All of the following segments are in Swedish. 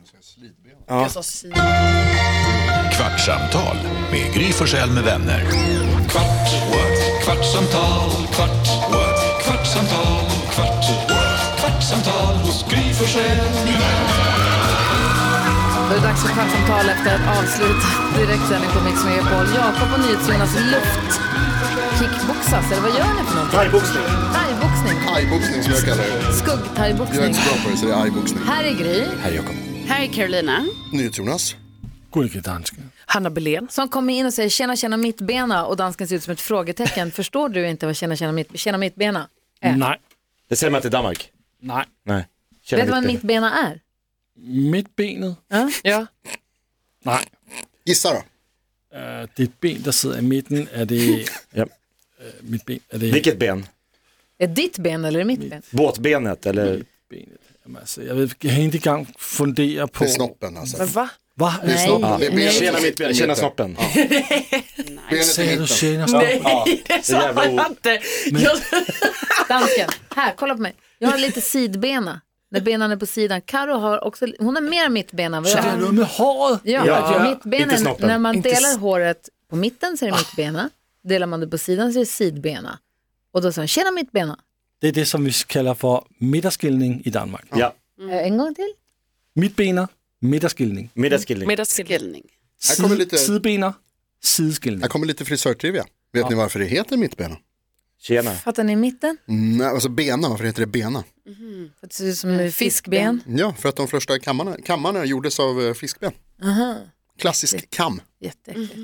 Ja. Kvartsamtal med Gry Forssell med vänner. Kvartsamtal, kvartsamtal, kvartsamtal hos Gry Forssell med vänner. Det är dags för kvartsamtal efter att avsluta direktsändning på Mix Megapol. Jakob och NyhetsJonas luft kickboxas, eller vad gör ni för någonting? Thaiboxning. Thaiboxning som jag kallar det. Skugg-thaiboxning. Jag är inte så bra på det, så det är thaiboxning. Här är Gry. Här är Jakob. Här är Carolina. NyhetsJonas. Gullige dansken. Hanna Belén. Som kommer in och säger tjena mittbena och dansken ser ut som ett frågetecken. Förstår du inte vad tjena mittbena är? Nej. Det säger man till Danmark. Nej. Nej. Vet du vad en mittbena är? Mittbenet? Ja. Nej. Gissa då. Det ben, der sidder i midten, är det... Ja. Mitt ben, är det... Vilket ben? Är ditt ben eller mitt ben? Båtbenet eller? Benet. Jamen, alltså, jag har inte engang fundera på... Det är snoppen alltså. Men va? Va? Det är snoppen. Ja. Det är benet. Tjena mitt ben, tjena snoppen. Ja. Benet Säger i du mitten. tjena Nej, snoppen? det sa jag inte. Dansken, här, kolla på mig. Jag har lite sidbena. När benen är på sidan. Karo har också, hon har mer mittbena än vad Så jag det är har. noget med håret? Ja, inte mittbenen, snoppen. när man Inte delar håret på mitten så är det mittbena. Delar man det på sidan så är det sidbena. Och då sa han, tjena mittbena. Det är det, som vi kalder for midterskilning i Danmark. Ja. En gång till. Midtbener, midterskilning. Middagskillning. Middagsskillning. Här kommer lite, Sidebener, sideskilning. här kommer lite frisörtrivia. Vet ni varför det heter mittbena? Tjena. Fattar ni mitten? Nej, alltså bena, varför heter det bena? För att det ser ut som fiskben. Ja, för att de första kammarna gjordes av fiskben. Klassisk kam. Jätteäckligt.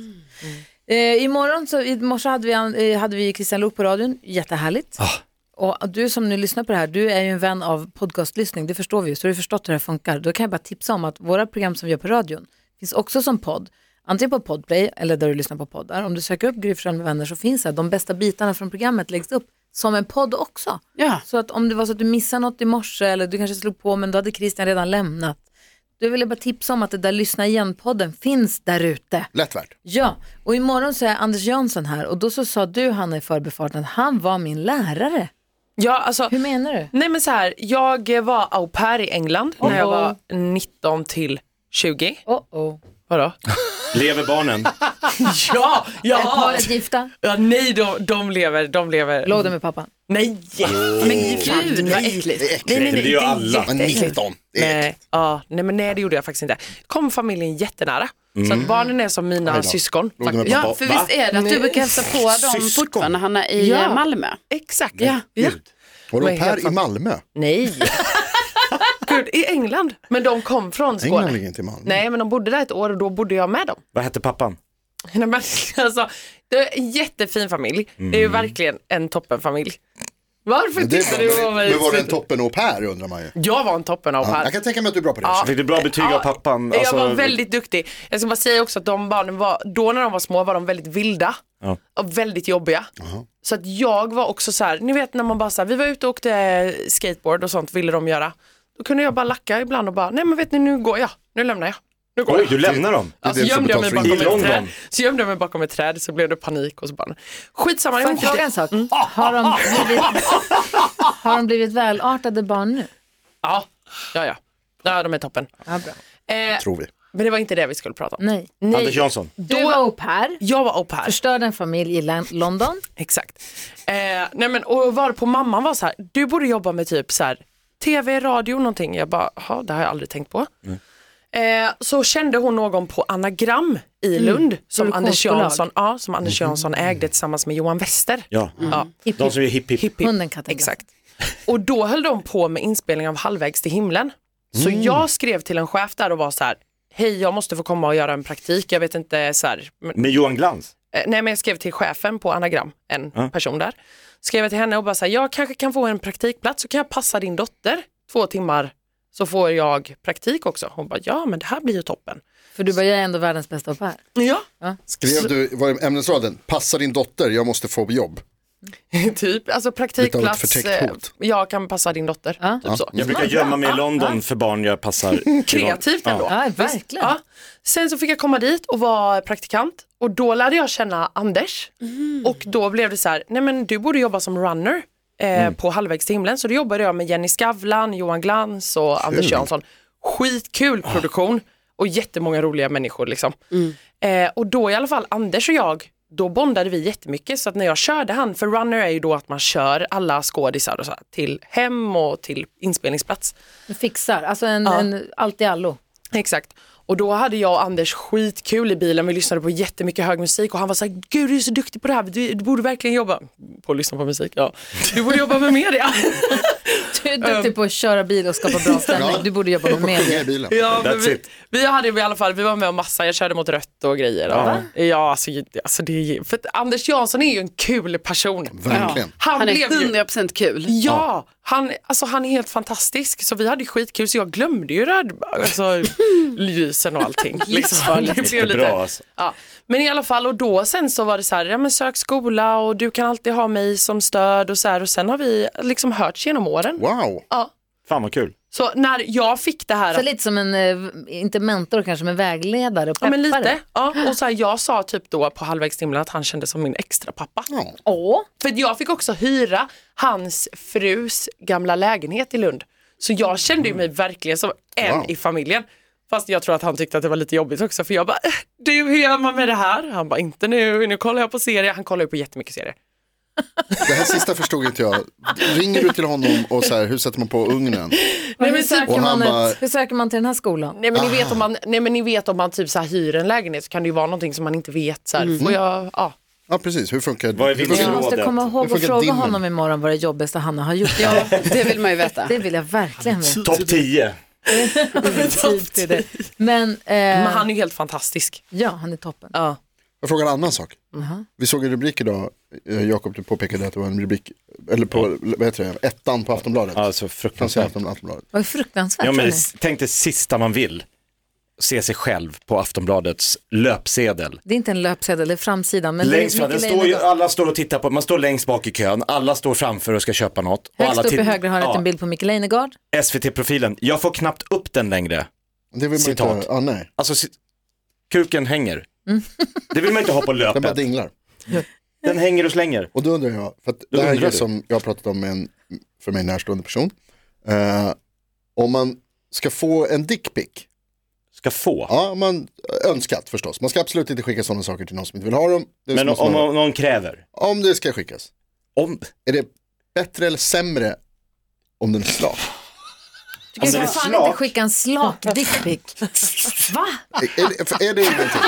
I morse hade vi Christian Luuk på radion. Jättehärligt. Och du som nu lyssnar på det här, du är ju en vän av podcastlyssning, det förstår vi ju, så har du förstått hur det funkar. Då kan jag bara tipsa om att våra program som vi gör på radion finns också som podd. Antingen på Podplay eller där du lyssnar på poddar. Om du söker upp Gry Forssell med vänner så finns det. De bästa bitarna från programmet läggs upp som en podd också. Ja. Så att om det var så att du missade något i morse eller du kanske slog på men då hade Christian redan lämnat. Då vill jag bara tipsa om att det där Lyssna igen-podden finns där ute. Lätt värt. Ja, och imorgon så är Anders Jönsson här och då så sa du, Hanna, i förbifarten att han var min lärare. Ja, alltså, Hur menar du? nej men så här, jag var au pair i England när jag var 19 till 20. Vadå? Lever barnen? Ja, Är paret gifta? Ja, nej, de lever. Låg de med pappan? Nej, Men gud, vad äckligt. Nej, Det är ju alla. Men 19, det är Nej, nej, det gjorde jag faktiskt inte. Kom familjen jättenära. Så att barnen är som mina Aj då. syskon. Låg de med faktiskt. pappa? Ja, för visst är det att du brukar hälsa på dem Syskon. fortfarande, Hanna, i Ja. Malmö? Exakt. Ja. Var Men du helt här i fan- Malmö? Nej. Gud, i England. Men de kom från England Skåne. ligger inte i Malmö. Nej, men de bodde där ett år och då bodde jag med dem. Vad hette pappan? Nej, men, alltså, det är en jättefin familj. Det är ju verkligen en toppenfamilj. Varför Men, det tittar är du bra. på mig? Men var det en toppen au pair undrar man ju. Jag var en toppen av Ja, här. jag kan tänka mig att du är bra på det. Ja. Fick du bra betyg av pappan? Alltså, Jag var väldigt duktig. Jag ska bara säga också att de barnen då när de var små var de väldigt vilda. Ja. Och väldigt jobbiga. Så att jag var också så här, ni vet när man bara så här, vi var ute och åkte skateboard och sånt ville de göra. Då kunde jag bara lacka ibland och bara, nej men vet ni, nu går jag. Nu lämnar jag. Nu går Oj, jag. du lämnar dem? Alltså, det som gömde jag mig betalas bakom för ett London. träd. Så gömde jag mig bakom ett träd så blev det panik och så bara, skitsamma. Får jag fråga en sak? Har de blivit välartade barn nu? Ja, de är toppen. Ja, bra. Tror vi. Men det var inte det vi skulle prata om. Nej. Anders Jansson. Du var au pair, Jag var au pair. förstörde en familj i London. Exakt. Nej men, och var på mamman var så här, du borde jobba med typ så här tv, radio, någonting. Jag bara, jaha, det har jag aldrig tänkt på. Så kände hon någon på Anagram i Lund som Anders Jansson ägde tillsammans med Johan Wester. Ja. Hipp, De som är hipp hipp. Hipp. Hunden, katten. Exakt. Och då höll de på med inspelning av Halvvägs till himlen. Så jag skrev till en chef där och var så här, hej, jag måste få komma och göra en praktik. Jag vet inte så här. Med Johan Glans? Nej, men jag skrev till chefen på Anagram, en person där. Skrev jag till henne och bara så här, jag kanske kan få en praktikplats så kan jag passa din dotter 2 timmar så får jag praktik också. Hon bara, ja men det här blir ju toppen. För du bara, jag är ändå världens bästa au pair. Ja, Skrev du, var det ämnesraden, passa din dotter, jag måste få jobb. typ. Alltså Lite av praktikplats, ett förtäckt hot. jag kan passa din dotter. Ja. Typ så. Jag brukar gömma mig i London för barn jag passar. Kreativt ändå. Ja, verkligen. Ja. Sen så fick jag komma dit och vara praktikant. Och då lärde jag känna Anders. Och då blev det så här, nej men du borde jobba som runner på Halvvägs till himlen. Så då jobbade jag med Jenny Skavlan, Johan Glans och Anders Jönsson. skitkul produktion och jättemånga roliga människor liksom. Och då i alla fall Anders och jag, då bondade vi jättemycket, så att när jag körde han, för runner är ju då att man kör alla skådisar och så här, till hem och till inspelningsplats. Du fixar, alltså en allt i allo. Exakt. Och då hade jag och Anders skitkul i bilen. Vi lyssnade på jättemycket hög musik och han var så här: gud, du är så duktig på det här. Du borde verkligen jobba på att lyssna på musik. Ja. Du borde jobba med media. Du är duktig på att köra bil och skapa bra stämning. Du borde jobba med media. I bilen. Ja, men That's it. vi hade i alla fall, vi var med om massa, jag körde mot rött och grejer. Ja, alltså det är, för att Anders Jansson är ju en kul person. Verkligen. Han är blev ju 100% kul. Ja, han är helt fantastisk. Så vi hade skitkul, så jag glömde ju alltså, lysen och allting. Liksom. Det blev lite bra, alltså. Ja. Men i alla fall, och då sen så var det så här, ja men sök skola och du kan alltid ha mig som stöd och så här. Och sen har vi liksom hörts genom åren. Wow. Ja. Fan vad kul. Så när jag fick det här... Så lite som en, inte mentor kanske, men vägledare och Ja, peppare. men lite. Ja, och så här, jag sa typ då på halvvägs till himlen att han kände som min extra pappa. Ja. Åh, För jag fick också hyra hans frus gamla lägenhet i Lund. Så jag kände ju mig verkligen som en i familjen. Fast jag tror att han tyckte att det var lite jobbigt också. För jag bara, du, hur gör man med det här? Han bara, inte nu kollar jag på serier. Han kollar ju på jättemycket serier. Det här sista förstod inte jag. Ringer du till honom och så här, hur sätter man på ugnen? men hur, söker och han man bara- hur söker man till den här skolan? Nej men ni vet om man typ så här hyr en lägenhet, så kan det ju vara någonting som man inte vet. Så här, får jag, ja. Ja, precis. Hur funkar Vad är hur vinsten? funkar- Jag måste komma ihåg Det och funkar fråga dimmen. honom imorgon vad det jobbigaste han har gjort. Ja, Det vill man ju veta. det vill jag verkligen veta. Topp 10. Tid till det. Men Han är ju helt fantastisk. ja, han är toppen. Ja. Jag frågar en annan sak. Vi såg en rubrik idag. Jakob, du påpekade att det var en rubrik, eller på, vad heter det, ettan på Aftonbladet. Alltså Kan säga fruktansvärt. Aftonbladet. Vad fruktansvärt. Ja, men hörni. tänk det sista man vill. Se sig själv på Aftonbladets löpsedel. Det är inte en löpsedel, det är framsidan. Men Längst det är fram, Micke den står ju, Leijnegard. alla står och tittar på, man står längst bak i kön, alla står framför och ska köpa något. Och Högst alla upp i högra hörnet en bild på Micke Leijnegard. SVT-profilen, jag får knappt upp den längre. Det vill man Citat. inte, nej. Alltså, kuken hänger. Det vill man inte ha på Den bara löpet. dinglar. Den hänger och slänger. Och då undrar jag, för att det här är undrar det du? som jag har pratat om med en för mig närstående person. Om man ska få en dickpic, Ska få. ja, man önskat förstås. Man ska absolut inte skicka sådana saker till någon som inte vill ha dem. Det Men måste om man- någon kräver. om det ska skickas, Om, är det bättre eller sämre om den är slak? Du kan det är fan slak. inte skicka en slak dickpic. Va? Är det ingenting?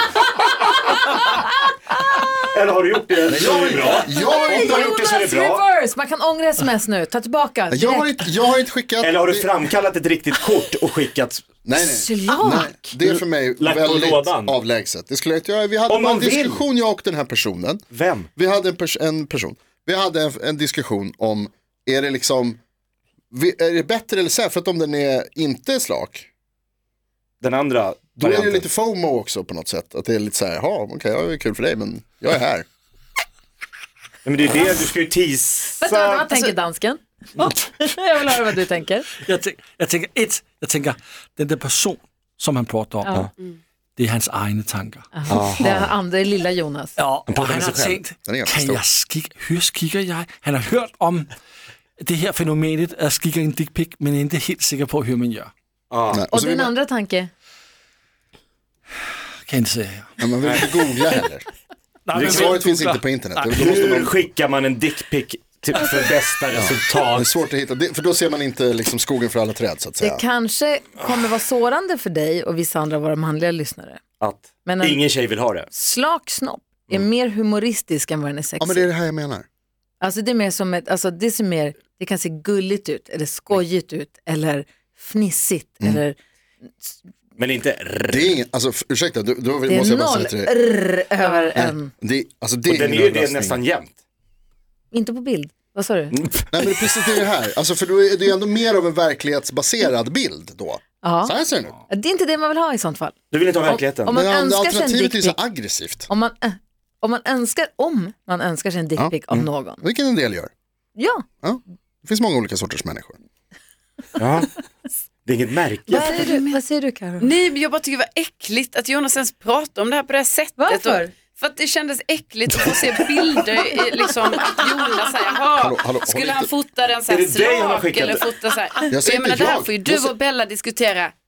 eller har du gjort det så är det bra. Jag Om du har gjort det så är det bra. Reverse! Man kan ångra sms nu, ta tillbaka. har inte skickat. Eller har du det- framkallat ett riktigt kort och skickat? Nej. Slak? Nej, det är för mig Lagt på väldigt lådan. avlägset. Det skulle jag inte göra. Vi hade Om bara en man vill. diskussion, jag och den här personen. Vem? Vi hade en person. Vi hade en diskussion om, är det liksom, är det bättre eller sämre? För att om den är inte slak, Den andra då är det varianten. lite FOMO också på något sätt. Att det är lite så här, ja okej, det är kul för dig men jag är här. Men det är det, du ska ju teasa. Vänta, vad tänker dansken? Jag vill höra vad du tänker. Jag tänker, den där person som han pratar om, det är hans egna tankar. Det är andra lilla Jonas. Ja, och pratar han med har sig själv. tänkt, Den är ganska kan stor. jag skicka, hur skickar jag? Han har hört om det här fenomenet att skicka en dickpic men är inte helt säker på hur man gör. Nej, Och så vill din man, andra tanke? Kan jag inte säga här. men man vill inte googla heller. Nej, Svaret finns inte på internet. Då måste Hur man, skickar man en dickpic för bästa det är resultat? svårt att hitta, för då ser man inte liksom skogen för alla träd så att säga. Det kanske kommer vara sårande för dig och vissa andra av våra manliga lyssnare. Att Men en ingen tjej vill ha det. slak snopp är mer humoristisk än vad den är Ja sexig. men det är det här jag menar. Alltså det är mer som ett, alltså det ser mer, det kan se gulligt ut eller skojigt ut eller fnissigt eller Men inte Det är ingen, alltså ursäkta, då det måste är jag bara säga noll till dig. över en. Det, alltså, det och den är ingen ju det överraskning. nästan jämt. Inte på bild. Vad sa du? Nej men det är precis det här, alltså för då är det ju ändå mer av en verklighetsbaserad bild då. Ja. Så här ser den ut. Det är inte det man vill ha i sånt fall. Du vill inte ha verkligheten. Om man Men önskar sig en alternativet är ju så dickpic, aggressivt. om man önskar sig en dickpic av någon. Vilken en del gör. Ja. Ja. Det finns många olika sorters människor. Ja. Det är inget märkligt. Vad säger du Karo? Nej, men jag bara tycker det var äckligt att Jonas ens pratar om det här på det här sättet. Varför? Och, för att det kändes äckligt att få se bilder i, liksom att Jonas säger, Hallå, håll skulle inte- han fota den så Är här det dig han har slak skickat? eller fota så här. Jag säger Jag menar, inte där jag. får ju du och Bella diskutera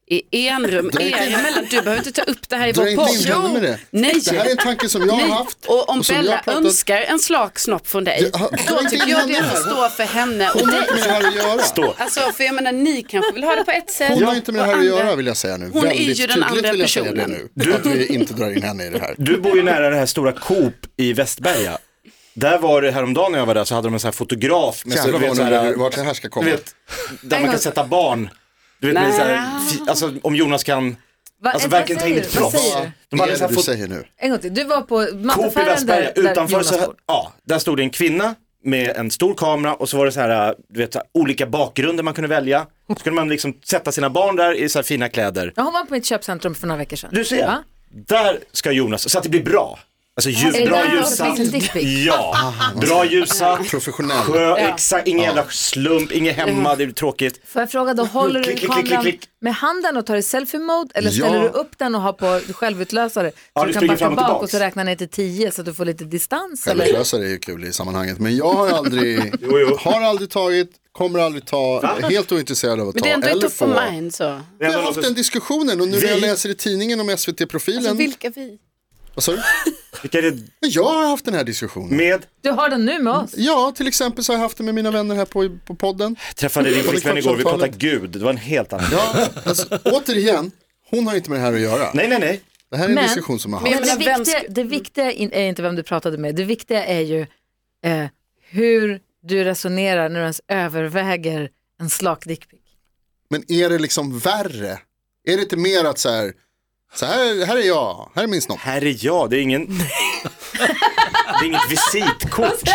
i enrum er emellan. Du behöver inte ta upp det här i Dra vår inte podd. in henne med det. Nej. Det här är en tanke som jag har haft. Och om och som Bella jag pratat- önskar en slak snopp från dig, dra då inte tycker in jag henne det här. får stå för henne och Hon har inte dig. med det här att göra. Stå. Alltså, för jag menar, ni kanske vill ha det på ett sätt. Hon har inte med det här och att andra- göra, vill jag säga nu. Hon är Väldigt ju den tydligt andra vill jag säga personen. det nu. Att vi inte drar in henne i det här. Du bor ju nära det här stora Coop i Västberga. Där var det häromdagen när jag var där, så hade de en sån här fotograf med Jävlar du vet, vad så här, nu vart det här ska komma. du vet, där man kan sätta barn. Du vet, med så här, alltså om Jonas kan, alltså verkligen ta in ett Vad proffs. säger du? De Vad hade är så det här du säger nu? En gång till, du var på Coop i mataffären Västberga, där utanför Jonas så här, bor. ja, där stod det en kvinna med en stor kamera och så var det så här, du vet, så här, olika bakgrunder man kunde välja. Så kunde man liksom sätta sina barn där i så här fina kläder. Ja, hon var på mitt köpcentrum för några veckor sedan. Du ser, Va? där ska Jonas, så att det blir bra. Alltså Är det bra där han ljusa. har tagit en dickpic? Ja, bra ljusa. Professionell. Exakt, ingen jävla slump, ingen hemma, det blir tråkigt. Får jag fråga då, håller du Klick, klick, kameran klick, klick. med handen och tar i selfie-mode eller Ja. ställer du upp den och har på självutlösare så Ja, du du kan flyger backa fram och bak tillbaks. och så räkna ner till 10 så att du får lite distans? Eller? Självutlösare är ju kul i sammanhanget. Men jag har aldrig, Jo. har aldrig tagit, kommer aldrig ta, är helt ointresserad av att Men ta. det är ändå eller top få. of mind så. Vi har haft den diskussionen och nu när jag läser i tidningen om SVT-profilen. Alltså, vilka vi? Vad sa du? Vilka är det Men jag har haft den här diskussionen. med? Du har den nu med oss? Ja, till exempel så har jag haft det med mina vänner här på podden. Träffade din På det flickvän igår, vi kvartsamtalet. pratade Gud, det var en helt annan. Ja, alltså, återigen, hon har inte med det här att göra. Nej. Det här är en Men- diskussion som har Men- haft. Men det viktiga är inte vem du pratade med. Det viktiga är ju hur du resonerar när du ens överväger en slak dickpic. Men är det liksom värre? Är det inte mer att så här är jag, här är min snopp. Här är jag, det är ingen... det är inget visitkort.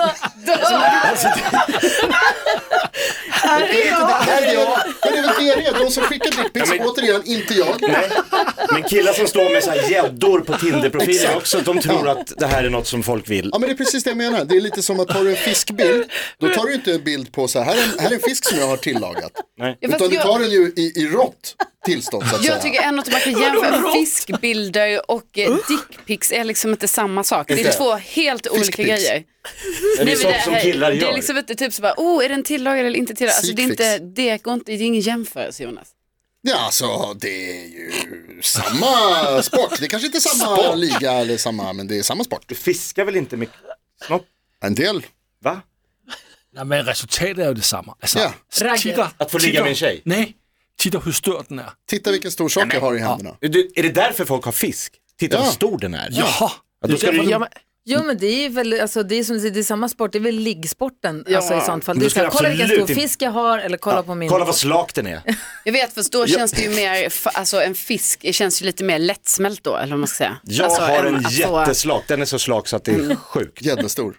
Här är jag. Men det är väl det, de som skickar dickpics, Ja, men- återigen inte jag. Nej. Men killar som står med så här gäddor på Tinder-profilen Exakt. också, de tror att det här är något som folk vill. Ja men det är precis det jag menar, det är lite som att tar du en fiskbild, då tar du inte en bild på så här är en fisk som jag har tillagat. Nej. Ja, fast Utan du jag- tar den ju i rått tillstånd så att säga. Jag tycker ändå att man kan jämföra fiskbilder och dickpics är liksom inte samma sak. Det är Inte. två helt olika Fiskpics. grejer. Det är men sånt som killar det gör. är liksom inte typ så bara, är den tillagad eller inte tillagad? Alltså det är inte, Seekfix. det går inte, det är ingen jämförelse Jonas. Ja alltså det är ju samma sport, det är kanske inte samma liga eller samma, men det är samma sport. Du fiskar väl inte med snopp? En del. Va? Nej, men resultatet är ju detsamma. Alltså, Ja. titta, Att få ligga med en tjej? Nej, titta hur stor den är. Titta vilken stor sak jag har i händerna. Är det därför folk har fisk? Titta Ja. hur stor den är. Jaha. Ja, då ska du... Ja, men, Jo men det är väl, alltså det är som det är samma sport, det är väl liggsporten alltså, i sånt fall. Men Det då är ska så här, det kolla vilken absolut stor inte- fisk jag har eller kolla på min. Kolla vad slak den är. Jag vet, för då känns det ju mer, alltså en fisk känns ju lite mer lättsmält då, eller vad man ska säga. Jag alltså, har än en att få- jätteslak, den är så slak så att det är sjukt. Jättestor.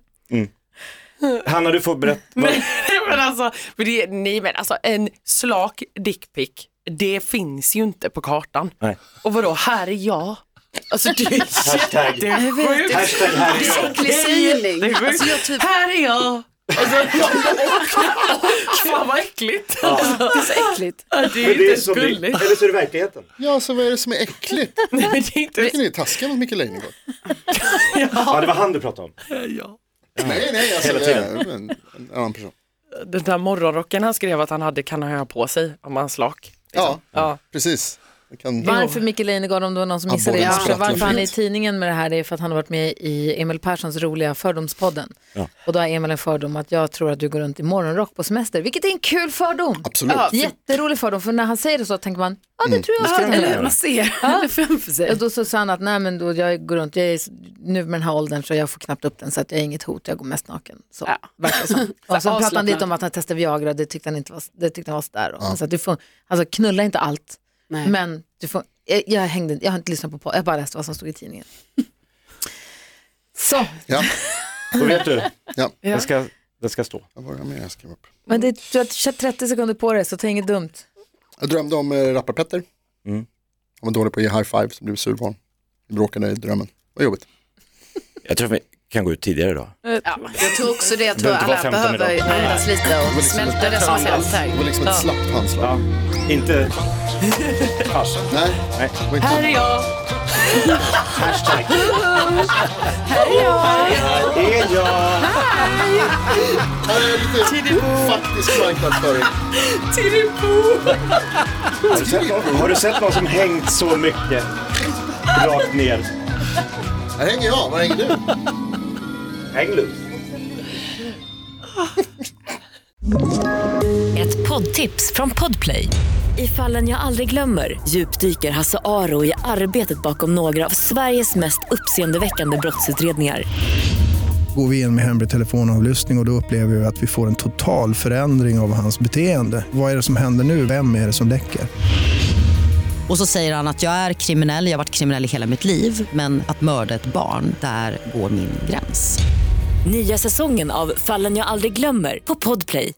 Hanna, du får berätta. men alltså, en slak dickpic, det finns ju inte på kartan. Nej. Och vadå, här är jag. Alltså det är Hashtag. jättesjukt. Hashtag här är Det är jag. äcklig sägning. Det är sjukt. Alltså jag typ, Här är jag. Alltså, fan vad äckligt. det är så äckligt. Det är Men det är inte som det, gulligt. eller så är det verkligheten. Ja så vad är det som är äckligt? Nej, men det är inte... Vilken är taskiga mot Micke Leijnegård? Ja, det var han du pratade om. Ja. Nej alltså Hela det tiden. är en annan person. Den där morgonrocken han skrev att han hade kan han ha på sig om han slak. Ja, Ja. precis. Det kan... Varför Micke Leijnegard, om det var någon som missade det, Ja, varför han är i sprattlarfritt. tidningen med det här, det är för att han har varit med i Emil Perssons roliga fördomspodden. Ja. Och då har Emil en fördom att jag tror att du går runt i morgonrock på semester, vilket är en kul fördom. Absolut. Ja, Jätterolig fördom, för när han säger det så tänker man, ja det tror jag. Ja, eller man ser det framför sig. Och då så sa han att nej men då jag går runt, jag är nu med den här åldern så jag får knappt upp den så att jag är inget hot, jag går mest naken. Så Ja. verkar det som. Och så pratade han avslappnad. lite om att han testade Viagra, det tyckte han inte var, det tyckte han var sådär. Ja. Så att du får, alltså knulla inte allt, Nej. men du får, jag har inte lyssnat på, jag bara läste vad som stod i tidningen. Så, Ja, Då vet du, ja. det ska stå. Vad var det mer jag skrev upp? men det, du har 30 sekunder på dig så ta inget dumt. Jag drömde om Rappar-Petter. Han var dålig på att ge high five som blev sur på honom. Vi bråkade i drömmen. Vad jobbigt. Jag tror vi kan gå ut tidigare idag. Ja, jag tror också det. Jag tror behöver inte alla vara 15 behöver idag. andas lite och smälta det som har hänt Det här. var liksom ett slappt handslag. Ja, inte... Pass. Nej, Nej. det var inte- Här är jag. Hashtag. Här är jag. Här är jag. Här är lite faktisk marknadsföring. Har du sett någon som hängt så mycket rakt ner? Här hänger jag, var hänger du? Häng loose. Ett poddtips från Podplay. I Fallen jag aldrig glömmer djupdyker Hasse Aro i arbetet bakom några av Sveriges mest uppseendeväckande brottsutredningar. Går vi in med hemlig telefonavlyssning och då upplever vi att vi får en total förändring av hans beteende. Vad är det som händer nu? Vem är det som läcker? Och så säger han att jag är kriminell, jag har varit kriminell i hela mitt liv. Men att mörda ett barn, där går min gräns. Nya säsongen av Fallen jag aldrig glömmer på Podplay.